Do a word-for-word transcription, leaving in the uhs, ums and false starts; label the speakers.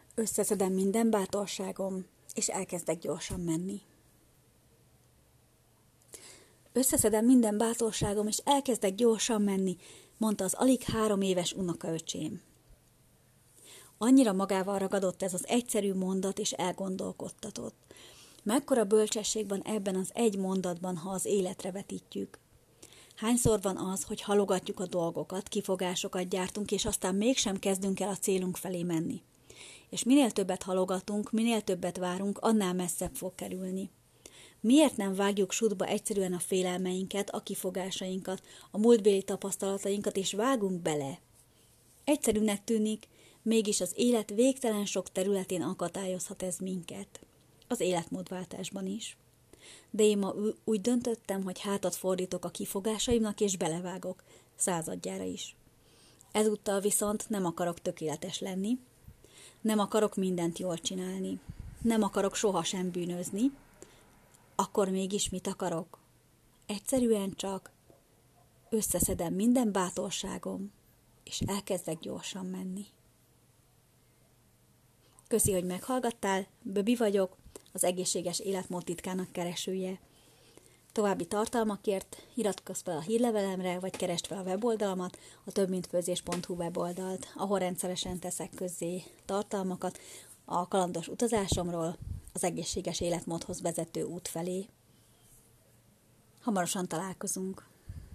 Speaker 1: Összeszedem minden bátorságom, és elkezdek gyorsan menni. Összeszedem minden bátorságom, és elkezdek gyorsan menni, mondta az alig három éves unokaöcsém. Annyira magával ragadott ez az egyszerű mondat, és elgondolkodtatott. Mekkora bölcsesség van ebben az egy mondatban, ha az életre vetítjük. Hányszor van az, hogy halogatjuk a dolgokat, kifogásokat gyártunk, és aztán mégsem kezdünk el a célunk felé menni. És minél többet halogatunk, minél többet várunk, annál messzebb fog kerülni. Miért nem vágjuk sútba egyszerűen a félelmeinket, a kifogásainkat, a múltbéli tapasztalatainkat, és vágunk bele? Egyszerűnek tűnik, mégis az élet végtelen sok területén akadályozhat ez minket. Az életmódváltásban is. De én ma úgy döntöttem, hogy hátat fordítok a kifogásaimnak, és belevágok, századjára is. Ezúttal viszont nem akarok tökéletes lenni, nem akarok mindent jól csinálni, nem akarok sohasem bűnözni, akkor mégis mit akarok? Egyszerűen csak összeszedem minden bátorságom, és elkezdek gyorsan menni. Köszi, hogy meghallgattál, Böbi vagyok, az egészséges életmód titkának keresője. További tartalmakért iratkozz fel a hírlevelemre, vagy keresd fel a weboldalamat, a többmintfőzés pont hu weboldalt, ahol rendszeresen teszek közzé tartalmakat a kalandos utazásomról, az egészséges életmódhoz vezető út felé. Hamarosan találkozunk!